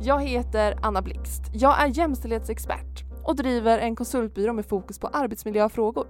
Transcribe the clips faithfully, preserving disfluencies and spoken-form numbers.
Jag heter Anna Blixt. Jag är jämställdhetsexpert och driver en konsultbyrå med fokus på arbetsmiljöfrågor.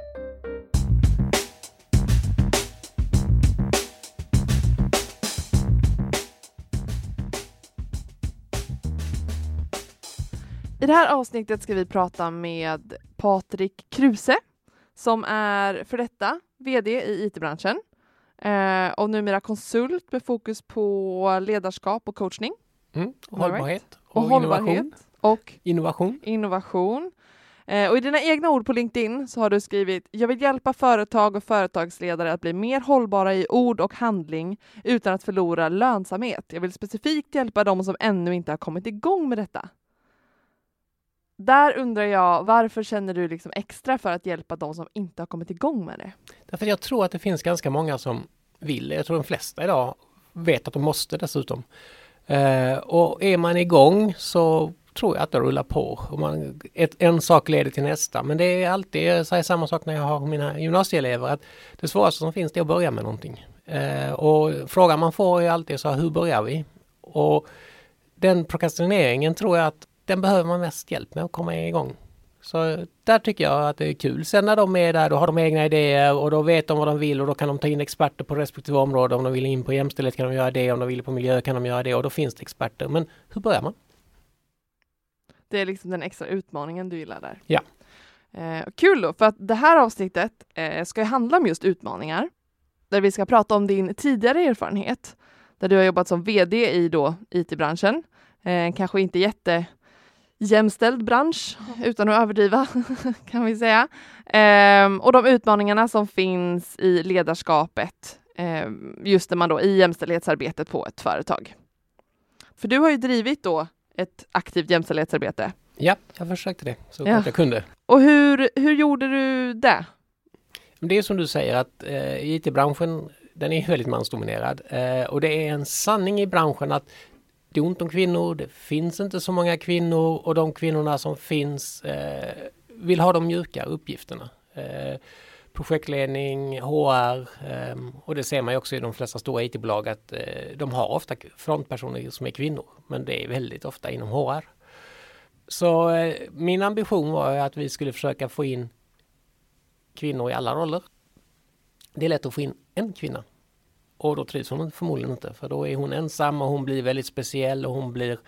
I det här avsnittet ska vi prata med Patrik Kruse som är för detta vd i I T-branschen eh, och numera konsult med fokus på ledarskap och coachning. Mm, och hållbarhet och, och, hållbarhet innovation. och Innovation. innovation. Eh, och i dina egna ord på LinkedIn så har du skrivit: jag vill hjälpa företag och företagsledare att bli mer hållbara i ord och handling utan att förlora lönsamhet. Jag vill specifikt hjälpa dem som ännu inte har kommit igång med detta. Där undrar jag, varför känner du liksom extra för att hjälpa de som inte har kommit igång med det? Därför jag tror att det finns ganska många som vill. Jag tror de flesta idag vet att de måste dessutom. Uh, och är man igång så tror jag att det rullar på. Och man, ett, en sak leder till nästa. Men det är alltid, jag säger samma sak när jag har mina gymnasieelever, att det svåraste som finns är att börja med någonting. Uh, och frågan man får är alltid så här, hur börjar vi? Och den prokrastineringen tror jag att den behöver man mest hjälp med att komma igång. Så där tycker jag att det är kul. Sen när de är där, då har de egna idéer och då vet de vad de vill och då kan de ta in experter på respektive område. Om de vill in på jämställdhet kan de göra det, om de vill på miljö kan de göra det och då finns det experter. Men hur börjar man? Det är liksom den extra utmaningen du gillar där. Ja. Eh, kul då, för att det här avsnittet eh, ska ju handla om just utmaningar. Där vi ska prata om din tidigare erfarenhet. Där du har jobbat som vd i då I T-branschen. Eh, kanske inte jätte... jämställd bransch, utan att överdriva kan vi säga. Ehm, och de utmaningarna som finns i ledarskapet ehm, just när man då i jämställdhetsarbetet på ett företag. För du har ju drivit då ett aktivt jämställdhetsarbete. Ja, jag försökte det så ja. gott jag kunde. Och hur, hur gjorde du det? Det är som du säger att eh, I T-branschen, den är väldigt mansdominerad. Eh, och det är en sanning i branschen att det är ont om kvinnor, det finns inte så många kvinnor och de kvinnorna som finns eh, vill ha de mjuka uppgifterna. Eh, projektledning, H R eh, och det ser man ju också i de flesta stora I T-bolag att eh, de har ofta frontpersoner som är kvinnor, men det är väldigt ofta inom H R. Så eh, min ambition var att vi skulle försöka få in kvinnor i alla roller. Det är lätt att få in en kvinna. Och då trivs hon förmodligen inte, för då är hon ensam och hon blir väldigt speciell och hon blir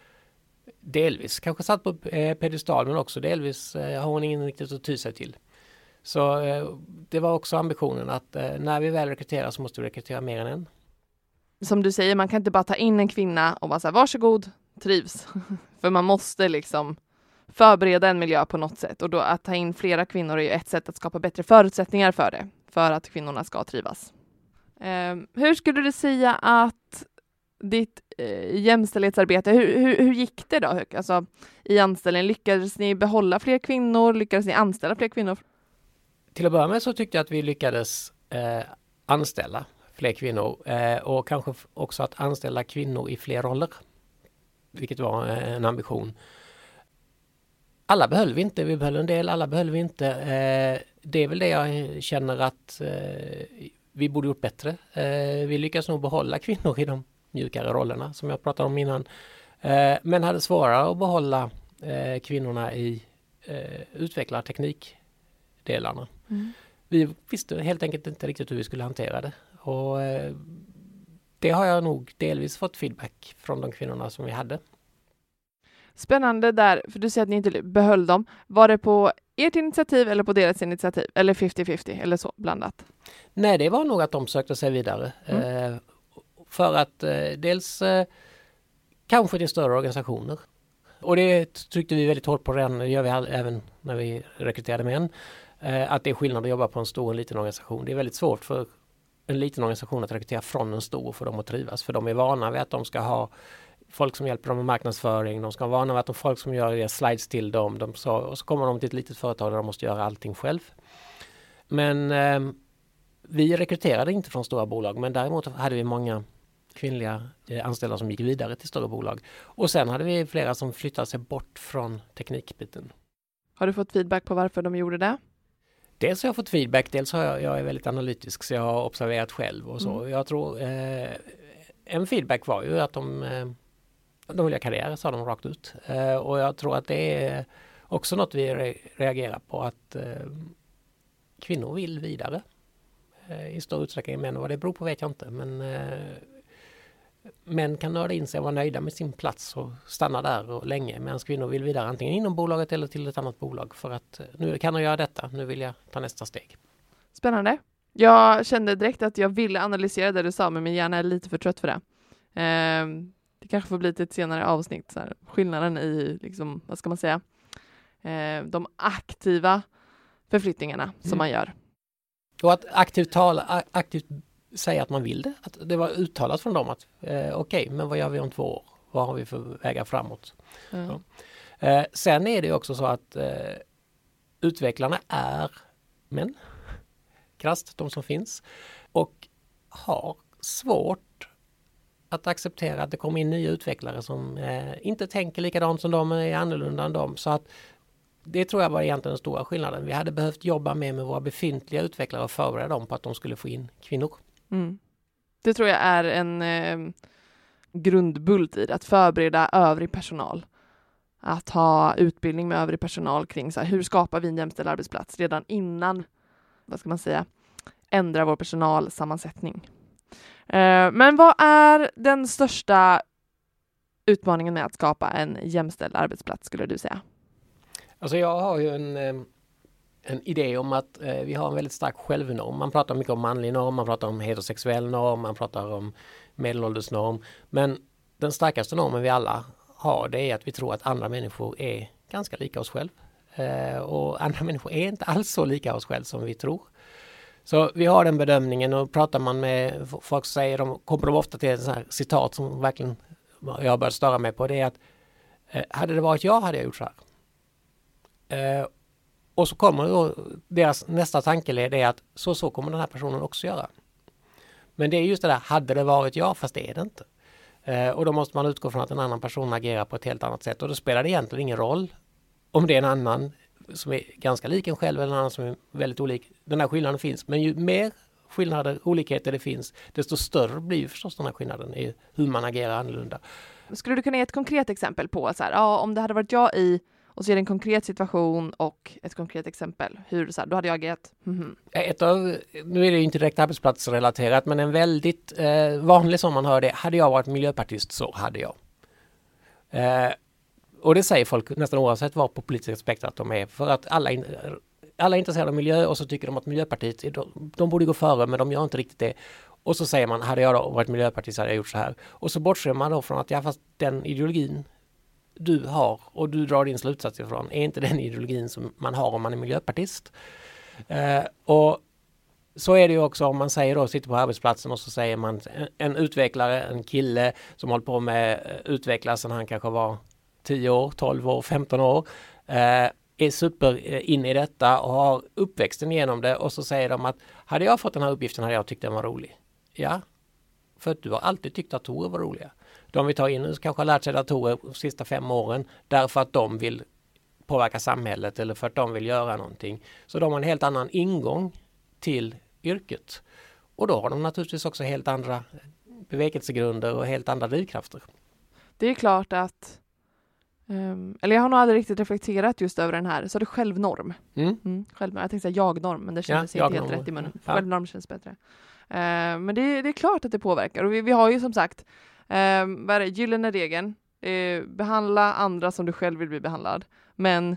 delvis kanske satt på eh, pedestal, men också delvis eh, har hon ingen riktigt att ty sig till. Så eh, det var också ambitionen att eh, när vi väl rekryterar så måste vi rekrytera mer än en. Som du säger, man kan inte bara ta in en kvinna och bara säga varsågod, trivs. För man måste liksom förbereda en miljö på något sätt. Och då att ta in flera kvinnor är ju ett sätt att skapa bättre förutsättningar för det. För att kvinnorna ska trivas. Um, hur skulle du säga att ditt uh, jämställdhetsarbete, hur, hur, hur gick det då? Alltså, i anställningen, lyckades ni behålla fler kvinnor? Lyckades ni anställa fler kvinnor? Till att börja med så tyckte jag att vi lyckades eh, anställa fler kvinnor eh, och kanske f- också att anställa kvinnor i fler roller. Vilket var eh, en ambition. Alla behöll vi inte, vi behöll en del, alla behöll vi inte. Eh, det är väl det jag känner att eh, vi borde gjort bättre. Eh, vi lyckas nog behålla kvinnor i de mjukare rollerna som jag pratade om innan. Eh, men hade svårare att behålla eh, kvinnorna i eh, utvecklar teknikdelarna. Mm. Vi visste helt enkelt inte riktigt hur vi skulle hantera det. Och eh, det har jag nog delvis fått feedback från de kvinnorna som vi hade. Spännande där, för du säger att ni inte behöll dem. Var det på ert initiativ eller på deras initiativ? Eller femtio femtio eller så blandat? Nej, det var nog att de sökte sig vidare. Mm. Eh, för att eh, dels eh, kanske till större organisationer. Och det tryckte vi väldigt hårt på redan, det gör vi all, även när vi rekryterade män. Eh, att det är skillnad att jobba på en stor och en liten organisation. Det är väldigt svårt för en liten organisation att rekrytera från en stor för dem att trivas. För de är vana vid att de ska ha folk som hjälper dem med marknadsföring. De ska vara vana vid att de folk som gör slides till dem. De så, och så kommer de till ett litet företag där de måste göra allting själv. Men eh, vi rekryterade inte från stora bolag. Men däremot hade vi många kvinnliga eh, anställda som gick vidare till större bolag. Och sen hade vi flera som flyttade sig bort från teknikbiten. Har du fått feedback på varför de gjorde det? Dels har jag fått feedback, dels har jag, jag är väldigt analytisk så jag har observerat själv och så. Mm. Jag tror eh, en feedback var ju att de, eh, de vill göra karriär, sa de rakt ut. Eh, och jag tror att det är också något vi re- reagerar på, att eh, kvinnor vill vidare eh, i större utsträckning än män. Vad det beror på vet jag inte, men eh, män kan nörda in sig och vara nöjda med sin plats och stanna där och länge, medan kvinnor vill vidare antingen inom bolaget eller till ett annat bolag, för att nu kan jag göra detta, nu vill jag ta nästa steg. Spännande. Jag kände direkt att jag ville analysera det du sa, men min hjärna är lite för trött för det. Eh, det kanske får bli till ett senare avsnitt. Så här, skillnaden i, liksom, vad ska man säga, eh, de aktiva förflyttningarna mm. som man gör. Och att aktivt, tala, aktivt säga att man vill det. Att det var uttalat från dem att eh, okej, okay, men vad gör vi om två år? Vad har vi för vägar framåt? Mm. Eh, sen är det också så att eh, utvecklarna är män. Krasst, de som finns. Och har svårt att acceptera att det kommer in nya utvecklare som eh, inte tänker likadant som de, är annorlunda än dem. Så att det tror jag var egentligen den stora skillnaden. Vi hade behövt jobba mer med våra befintliga utvecklare och förbereda dem på att de skulle få in kvinnor. Mm. Det tror jag är en eh, grundbult i det, att förbereda övrig personal. Att ha utbildning med övrig personal kring så här, hur skapar vi en jämställd arbetsplats redan innan, vad ska man säga, ändra vår personalsammansättning. Eh, men vad är den största utmaningen med att skapa en jämställd arbetsplats, skulle du säga? Alltså jag har ju en, en idé om att eh, vi har en väldigt stark självnorm. Man pratar mycket om manlig norm, man pratar om heterosexuell norm, man pratar om medelåldersnorm. Men den starkaste normen vi alla har, det är att vi tror att andra människor är ganska lika oss själv. Eh, och andra människor är inte alls så lika oss själv som vi tror. Så vi har den bedömningen, och pratar man med folk som säger, de kommer de ofta till ett sånt här citat som verkligen jag har börjat störa mig på. Det är att eh, hade det varit jag hade jag gjort så här. Eh, och så kommer då deras nästa tankeled är att så så kommer den här personen också göra. Men det är just det där, hade det varit jag, fast det är det inte. Eh, och då måste man utgå från att en annan person agerar på ett helt annat sätt. Och då spelar det egentligen ingen roll om det är en annan som är ganska lik en själv eller en annan som är väldigt olik. Den här skillnaden finns. Men ju mer skillnader, olikheter det finns, desto större blir ju förstås den här skillnaden i hur man agerar annorlunda. Skulle du kunna ge ett konkret exempel på så här, ja, om det hade varit jag i, och så är det en konkret situation och ett konkret exempel, hur så här, då hade jag agerat. Mm-hmm. Ett av, nu är det ju inte direkt arbetsplatsrelaterat, men en väldigt eh, vanlig som man hör det, hade jag varit miljöpartist så hade jag. Eh, och det säger folk nästan oavsett vad på politisk aspekt att de är, för att alla, in, alla är intresserade av miljö, och så tycker de att Miljöpartiet, de, de borde gå före, men de gör inte riktigt det. Och så säger man, hade jag då varit miljöpartist hade jag gjort så här. Och så bortser man då från att ja, fast den ideologin du har och du drar din slutsats ifrån är inte den ideologin som man har om man är miljöpartist. Eh, och så är det ju också om man säger då, sitter på arbetsplatsen och så säger man en, en utvecklare, en kille som håller på med utveckla sedan han kanske var tio år, tolv år, femton år, eh, är super inne i detta och har uppväxten genom det, och så säger de att hade jag fått den här uppgiften hade jag tyckt den var rolig. Ja, för att du har alltid tyckt att datorer var roliga. De vi tar in nu kanske har lärt sig datorer de sista fem åren därför att de vill påverka samhället eller för att de vill göra någonting. Så de har en helt annan ingång till yrket. Och då har de naturligtvis också helt andra bevekelsegrunder och helt andra drivkrafter. Det är klart att, um, eller jag har nog aldrig riktigt reflekterat just över den här, så är det självnorm. Mm. Mm, självnorm. Jag tänkte säga jag-norm, men det kändes ja, inte helt rätt i munnen. Ja. Självnorm känns bättre. Uh, men det, det är klart att det påverkar. Och vi, vi har ju som sagt uh, vad är det? Gyllene regeln. Uh, behandla andra som du själv vill bli behandlad. Men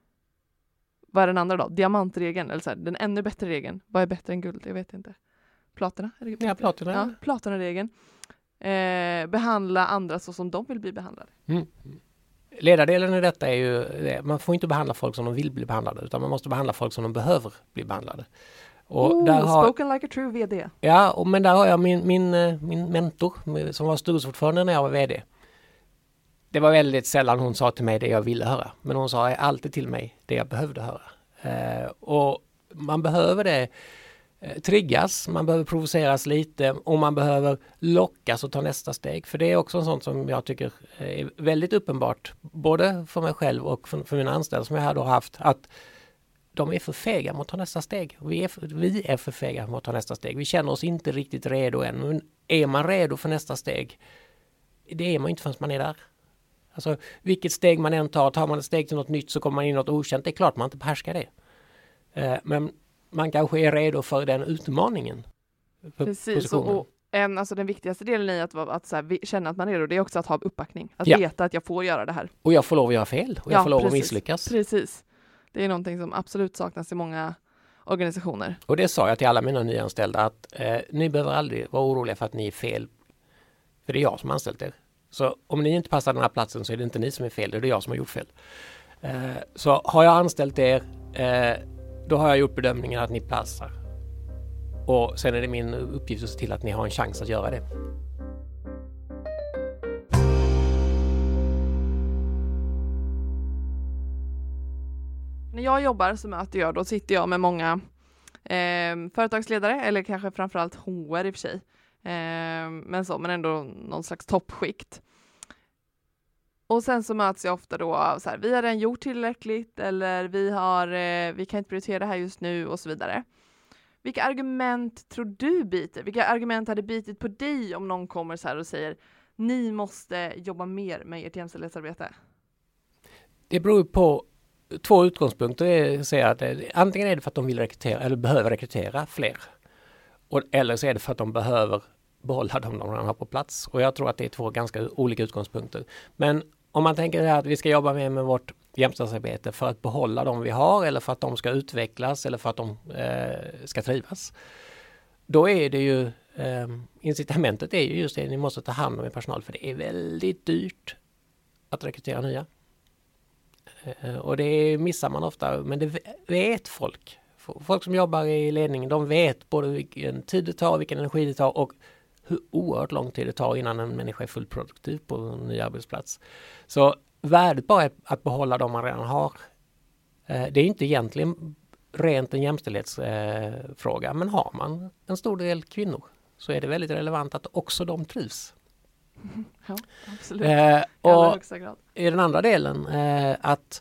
vad är den andra då? Diamantregeln, eller så här, den ännu bättre regeln. Vad är bättre än guld? Jag vet inte. Platina? Är det ja, platina. Ja, platinaregeln. Uh, behandla andra så som de vill bli behandlade. Mm. Ledardelen i detta är ju, man får inte behandla folk som de vill bli behandlade, utan man måste behandla folk som de behöver bli behandlade. Och Ooh, där har, spoken like a true V D. Ja, och, men där har jag min, min, min mentor som var styrelseordförande när jag var V D. Det var väldigt sällan hon sa till mig det jag ville höra, men hon sa alltid till mig det jag behövde höra. Eh, och man behöver det eh, triggas, man behöver provoceras lite och man behöver lockas och ta nästa steg. För det är också en sånt som jag tycker är väldigt uppenbart, både för mig själv och för, för mina anställda som jag har då haft, att de är för fega mot att ta nästa steg. Vi är, för, vi är för fega mot att ta nästa steg. Vi känner oss inte riktigt redo än. Men är man redo för nästa steg? Det är man inte förrän man är där. Alltså vilket steg man än tar, tar man ett steg till något nytt så kommer man in i något okänt. Det är klart man inte behärskar det. Eh, men man kanske är redo för den utmaningen. För Precis, och, och en, alltså den viktigaste delen i att, att så här, känna att man är redo, det är också att ha uppbackning. Att ja. veta att jag får göra det här. Och jag får lov att göra fel. Och jag ja, får lov precis, att misslyckas. Precis. Det är någonting som absolut saknas i många organisationer. Och det sa jag till alla mina nyanställda att eh, ni behöver aldrig vara oroliga för att ni är fel. För det är jag som har anställt er. Så om ni inte passar den här platsen så är det inte ni som är fel, det är jag som har gjort fel. Eh, så har jag anställt er, eh, då har jag gjort bedömningen att ni passar. Och sen är det min uppgift att se till att ni har en chans att göra det. När jag jobbar så möter jag, då sitter jag med många eh, företagsledare, eller kanske framförallt H R i och för sig. Eh, men så, men ändå någon slags toppskikt. Och sen så möts jag ofta då av så här, vi har redan gjort tillräckligt, eller vi har, eh, vi kan inte prioritera det här just nu och så vidare. Vilka argument tror du biter? Vilka argument hade bitit på dig om någon kommer så här och säger ni måste jobba mer med ert jämställdhetsarbete? Det beror på två utgångspunkter. Jag säger att det, antingen är det för att de vill rekrytera eller behöver rekrytera fler. Och, eller så är det för att de behöver behålla dem de redan har på plats. Och jag tror att det är två ganska olika utgångspunkter. Men om man tänker att vi ska jobba mer med vårt jämställdhetsarbete för att behålla dem vi har eller för att de ska utvecklas eller för att de eh, ska trivas. Då är det ju eh, incitamentet är ju just det, ni måste ta hand om er personal för det är väldigt dyrt att rekrytera nya. Eh, och det missar man ofta, men det vet folk. Folk som jobbar i ledningen, de vet både vilken tid det tar, vilken energi det tar och hur oerhört lång tid det tar innan en människa är fullt produktiv på en ny arbetsplats. Så värdet bara är att behålla dem man redan har. Det är inte egentligen rent en jämställdhetsfråga, men har man en stor del kvinnor så är det väldigt relevant att också de trivs. Ja, absolut. Eh, och i den andra delen eh, att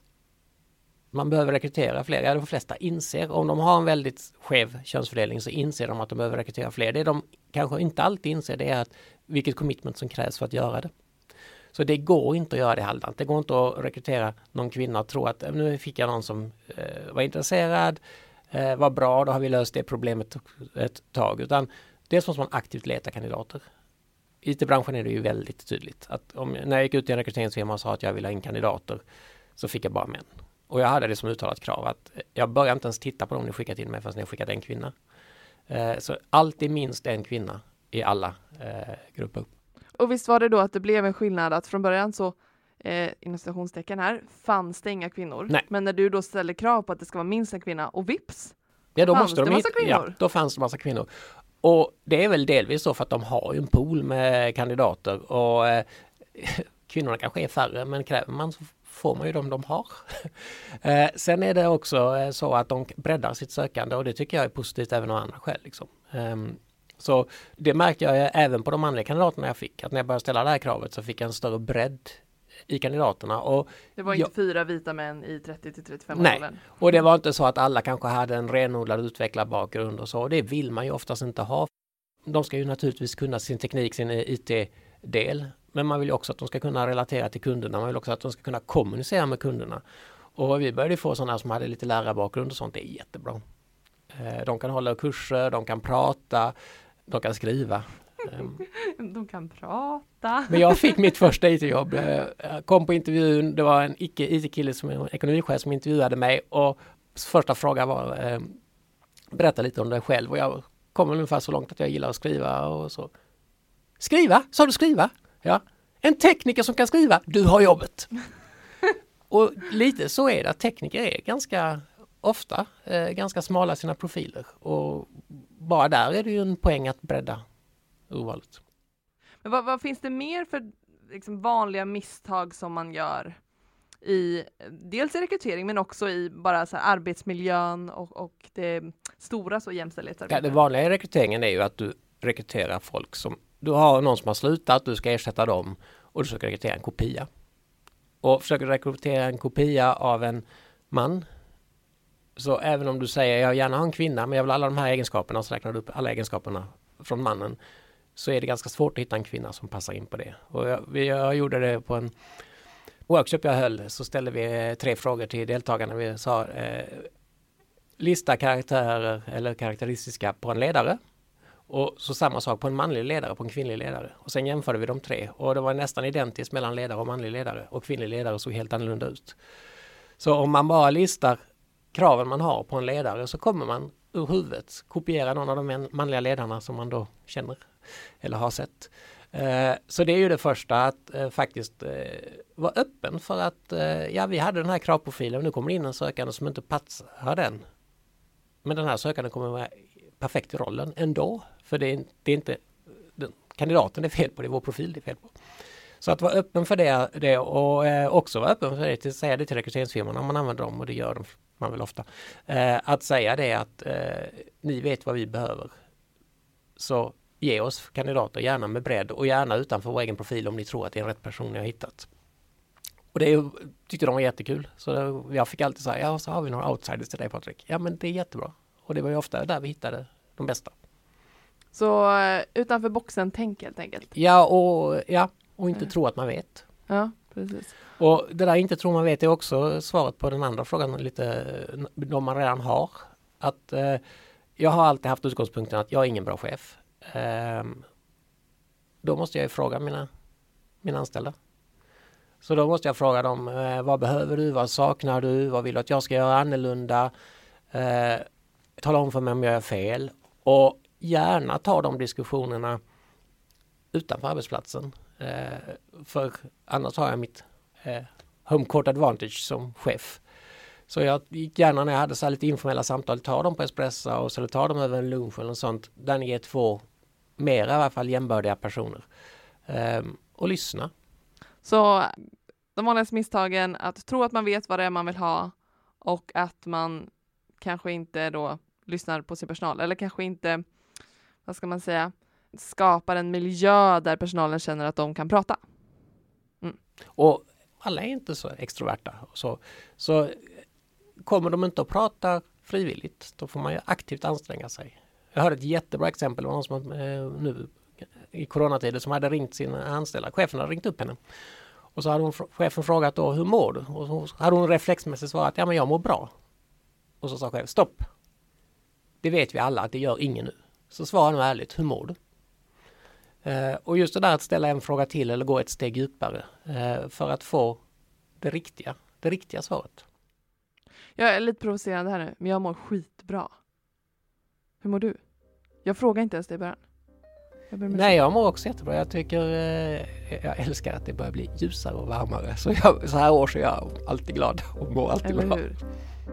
man behöver rekrytera fler. Ja, de flesta inser, om de har en väldigt skev könsfördelning så inser de att de behöver rekrytera fler. Det de kanske inte alltid inser det är att vilket commitment som krävs för att göra det. Så det går inte att göra det halvdant. Det går inte att rekrytera någon kvinna och tro att nu fick jag någon som eh, var intresserad, eh, var bra, då har vi löst det problemet ett tag. Utan dels måste man aktivt leta kandidater. I I T-branschen är det ju väldigt tydligt. Att om, när jag gick ut i en rekryteringsfirma och sa att jag ville ha in kandidater så fick jag bara män. Och jag hade det som uttalat krav att jag började inte ens titta på dem ni skickat in mig förrän jag skickat en kvinna. Eh, så alltid minst en kvinna i alla eh, grupper. Och visst var det då att det blev en skillnad att från början så eh, inom citationstecken här fanns det inga kvinnor. Nej. Men när du då ställer krav på att det ska vara minst en kvinna och vips ja, då fanns måste det de massa hit, kvinnor. Ja, då fanns det massa kvinnor. Och det är väl delvis så för att de har ju en pool med kandidater och eh, kvinnorna kanske är färre men kräver man så får man ju dem de har. eh, sen är det också eh, så att de breddar sitt sökande och det tycker jag är positivt även av andra skäl. Liksom. Um, så det märkte jag även på de manliga kandidaterna jag fick. Att när jag började ställa det här kravet så fick jag en större bredd i kandidaterna. Och det var inte jag, fyra vita män i trettio till trettiofem nej, åldern. Och det var inte så att alla kanske hade en renodlad utvecklad bakgrund och så. Det vill man ju oftast inte ha. De ska ju naturligtvis kunna sin teknik, sin I T-del. Men man vill ju också att de ska kunna relatera till kunderna. Man vill också att de ska kunna kommunicera med kunderna. Och vi började få sådana som hade lite lärarbakgrund och sånt. Det är jättebra. De kan hålla kurser, de kan prata, de kan skriva. De kan prata. Men jag fick mitt första I T-jobb. Jag kom på intervjun, det var en icke-I T-kille som en ekonomichef som intervjuade mig. Och första frågan var, berätta lite om dig själv. Och jag kom ungefär så långt att jag gillar att skriva och så. Skriva? Sa du skriva? Ja. En tekniker som kan skriva, du har jobbet. Och lite så är det att tekniker är ganska ofta eh, ganska smala i sina profiler. Och bara där är det ju en poäng att bredda urvalet. Men vad, vad finns det mer för liksom, vanliga misstag som man gör i dels i rekrytering men också i bara så här, arbetsmiljön och, och det stora så jämställdhetsarbetet? Ja, det vanliga i rekryteringen är ju att du rekryterar folk som du har någon som har slutat, du ska ersätta dem och du ska rekrytera en kopia. Och försöker rekrytera en kopia av en man. Så även om du säger jag gärna har en kvinna men jag vill alla de här egenskaperna och så räknar du upp alla egenskaperna från mannen så är det ganska svårt att hitta en kvinna som passar in på det. Och jag, jag gjorde det på en workshop jag höll så ställde vi tre frågor till deltagarna. Vi sa eh, lista karaktärer eller karaktäristiska på en ledare. Och så samma sak på en manlig ledare, på en kvinnlig ledare. Och sen jämförde vi de tre. Och det var nästan identiskt mellan ledare och manlig ledare. Och kvinnlig ledare såg helt annorlunda ut. Så om man bara listar kraven man har på en ledare så kommer man ur huvudet kopiera någon av de manliga ledarna som man då känner eller har sett. Eh, så det är ju det första, att eh, faktiskt eh, vara öppen för att eh, ja, vi hade den här kravprofilen och nu kommer det in en sökande som inte passar den. Men den här sökanden kommer vara perfekt i rollen ändå. För det är, det är inte den, kandidaten det är fel på, det är vår profil det är fel på. Så att vara öppen för det, det och eh, också vara öppen för det, till, säga det till rekryteringsfirman om man använder dem, och det gör de, man väl ofta. Eh, att säga det att eh, ni vet vad vi behöver. Så ge oss kandidater, gärna med bredd och gärna utanför vår egen profil om ni tror att det är en rätt person ni har hittat. Och det är, tyckte de var jättekul. Så det, jag fick alltid säga, ja så har vi några outsiders till dig Patrik. Ja men det är jättebra. Och det var ju ofta där vi hittade de bästa. Så utanför boxen tänk helt enkelt. Ja och, ja, och inte mm. tro att man vet. Ja, precis. Och det där inte tro man vet är också svaret på den andra frågan, lite de man redan har. Att eh, jag har alltid haft utgångspunkten att jag är ingen bra chef. Eh, då måste jag ju fråga mina, mina anställda. Så då måste jag fråga dem, eh, vad behöver du, vad saknar du, vad vill du att jag ska göra annorlunda? Eh, tala om för mig om jag gör fel. Och gärna ta de diskussionerna utanför arbetsplatsen. Eh, för annars har jag mitt eh, home court advantage som chef. Så jag gick gärna när jag hade så här lite informella samtal, ta dem på espresso och så ta dem över en lunch eller något sånt. Där ni är två mer i alla fall jämbördiga personer. Eh, och lyssna. Så de vanligaste misstagen, att tro att man vet vad det är man vill ha och att man kanske inte då lyssnar på sin personal eller kanske inte, vad ska man säga, skapar en miljö där personalen känner att de kan prata. Mm. Och alla är inte så extroverta. Så, så kommer de inte att prata frivilligt, då får man ju aktivt anstränga sig. Jag hörde ett jättebra exempel, det var någon som eh, nu i coronatider som hade ringt sina anställda. Chefen hade ringt upp henne. Och så hade hon, chefen frågat då, hur mår du? Och så hade hon reflexmässigt svarat, ja men jag mår bra. Och så sa chefen, stopp. Det vet vi alla att det gör ingen nu. Så svara nu ärligt, hur mår du? Eh, och just det där att ställa en fråga till eller gå ett steg djupare eh, för att få det riktiga, det riktiga svaret. Jag är lite provocerande här nu, men jag mår skitbra. Hur mår du? Jag frågar inte ens det i början. Jag Nej, jag mår också jättebra. Jag tycker, eh, jag älskar att det börjar bli ljusare och varmare. Så, jag, så här år så är jag alltid glad och mår alltid Eller bra. Hur?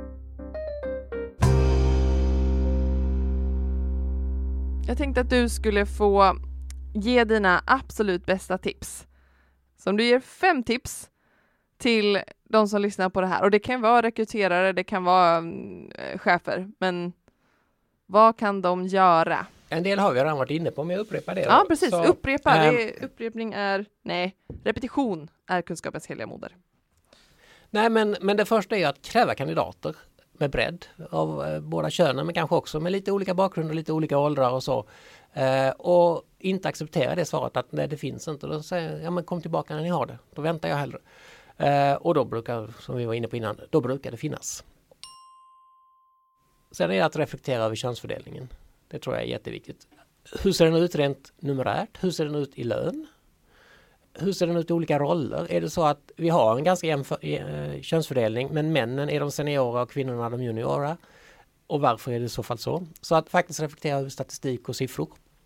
Jag tänkte att du skulle få ge dina absolut bästa tips. Som du ger fem tips till de som lyssnar på det här. Och det kan vara rekryterare, det kan vara äh, chefer. Men vad kan de göra? En del har vi redan varit inne på, men jag upprepar det. Ja, precis. Så, Upprepa. Ähm, det är, upprepning är... Nej, repetition är kunskapens heliga moder. Nej, men, men det första är ju att kräva kandidater med bredd av eh, båda könen, men kanske också med lite olika bakgrunder, lite olika åldrar och så. Eh, och inte acceptera det svaret att nej, det finns inte. Då säger jag, ja men kom tillbaka när ni har det. Då väntar jag hellre. Eh, och då brukar, som vi var inne på innan, då brukar det finnas. Sen är det att reflektera över könsfördelningen. Det tror jag är jätteviktigt. Hur ser den ut rent numerärt? Hur ser den ut i lön? Hur ser den ut i olika roller? Är det så att vi har en ganska jämn eh, könsfördelning, men männen är de seniora och kvinnorna de juniora? Och varför är det i så fall så? Så att faktiskt reflektera över statistik och siffror.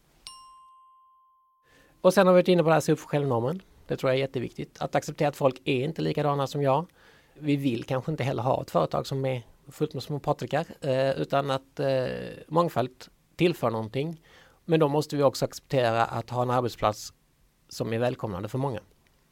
Och sen har vi varit inne på det här, se upp för självnormen. Det tror jag är jätteviktigt. Att acceptera att folk är inte likadana som jag. Vi vill kanske inte heller ha ett företag som är fullt med små patrikar, eh, utan att eh, mångfald tillför någonting. Men då måste vi också acceptera att ha en arbetsplats som är välkomnande för många.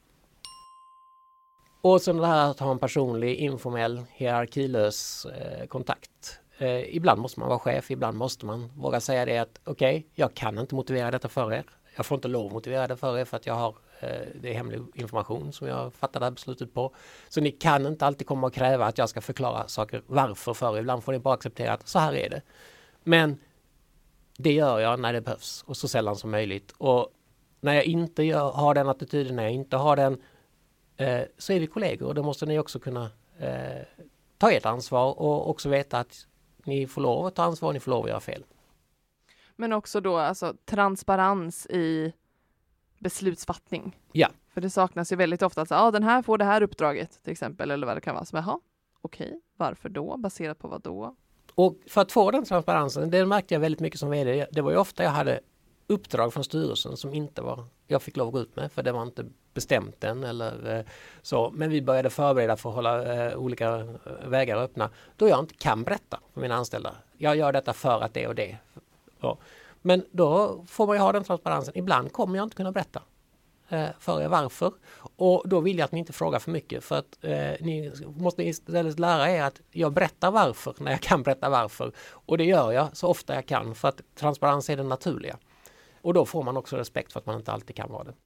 Och sen det här att ha en personlig, informell, hierarkilös eh, kontakt. Eh, ibland måste man vara chef, ibland måste man våga säga det att okej, okay, jag kan inte motivera detta för er. Jag får inte lov att motivera det för er för att jag har eh, det är hemlig information som jag fattade beslutet på. Så ni kan inte alltid komma och kräva att jag ska förklara saker varför för er. Ibland får ni bara acceptera att så här är det. Men det gör jag när det behövs och så sällan som möjligt. Och när jag inte gör, har den attityden, när jag inte har den eh, så är vi kollegor och då måste ni också kunna eh, ta ert ansvar och också veta att ni får lov att ta ansvar och ni får lov att göra fel. Men också då alltså transparens i beslutsfattning. Ja. För det saknas ju väldigt ofta att ja, ah, den här får det här uppdraget till exempel eller vad det kan vara. Som jaha, okej, okay, varför då? Baserat på vad då? Och för att få den transparensen, det märkte jag väldigt mycket som vd. Det var ju ofta jag hade uppdrag från styrelsen som inte var, jag fick lov att gå ut med för det var inte bestämt än eller eh, så. Men vi började förbereda för att hålla eh, olika vägar öppna. Då jag inte kan berätta för mina anställda. Jag gör detta för att det och det. Ja. Men då får man ju ha den transparensen. Ibland kommer jag inte kunna berätta eh, för er varför. Och då vill jag att ni inte frågar för mycket för att eh, ni måste istället lära er att jag berättar varför när jag kan berätta varför. Och det gör jag så ofta jag kan för att transparens är det naturliga. Och då får man också respekt för att man inte alltid kan vara det.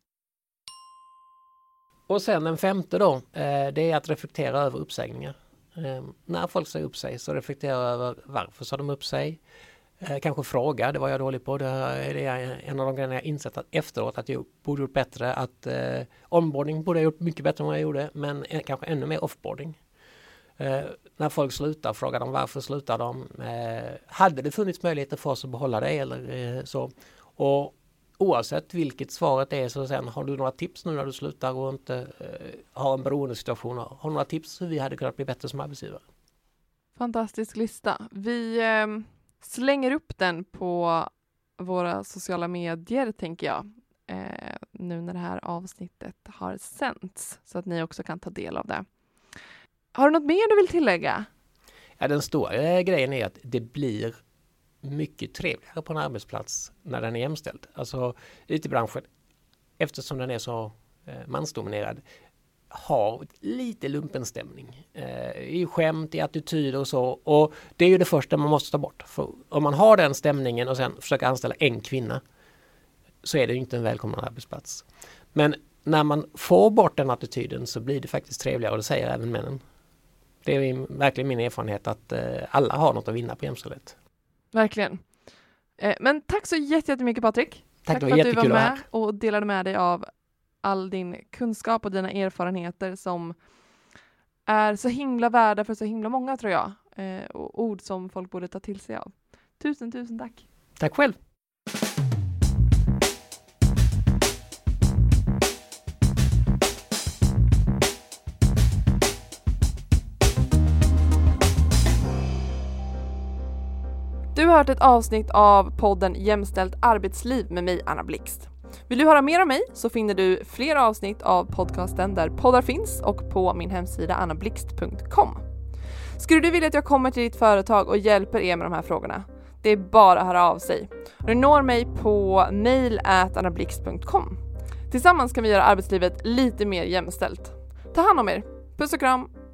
Och sen den femte då, eh, det är att reflektera över uppsägningar. Eh, när folk säger upp sig så reflektera över varför sa de upp sig. Eh, kanske fråga, det var jag dålig på. Det är en av de grejerna jag insett att efteråt att jag borde gjort bättre. Att eh, onboarding borde jag gjort mycket bättre än vad jag gjorde. Men eh, kanske ännu mer offboarding. Eh, när folk slutar, frågar de varför slutar de. Eh, hade det funnits möjligheter för oss att behålla det eller eh, så. Och oavsett vilket svaret är så sen har du några tips nu när du slutar och inte eh, har en beroendesituation. Har du några tips hur vi hade kunnat bli bättre som arbetsgivare? Fantastisk lista. Vi eh, slänger upp den på våra sociala medier tänker jag. Eh, nu när det här avsnittet har sänts så att ni också kan ta del av det. Har du något mer du vill tillägga? Ja, den stora grejen är att det blir mycket trevligare på en arbetsplats när den är jämställd. Alltså I T-branschen, eftersom den är så eh, mansdominerad, har lite lumpenstämning. Eh, I skämt, i attityder och så. Och det är ju det första man måste ta bort. För om man har den stämningen och sen försöker anställa en kvinna så är det ju inte en välkomnande arbetsplats. Men när man får bort den attityden så blir det faktiskt trevligare och det säger även männen. Det är min, verkligen min erfarenhet att eh, alla har något att vinna på jämställdhet. Verkligen. Eh, men tack så jättemycket Patrik. Tack, tack för att du var med och delade med dig av all din kunskap och dina erfarenheter som är så himla värda för så himla många tror jag. Eh, och ord som folk borde ta till sig av. Tusen, tusen tack. Tack själv. Du har hört ett avsnitt av podden Jämställt arbetsliv med mig, Anna Blixt. Vill du höra mer om mig så finner du fler avsnitt av podcasten där poddar finns och på min hemsida anna blixt punkt com. Skulle du vilja att jag kommer till ditt företag och hjälper er med de här frågorna? Det är bara att höra av sig. Du når mig på mail at anna blixt punkt com. Tillsammans kan vi göra arbetslivet lite mer jämställt. Ta hand om er. Puss och kram!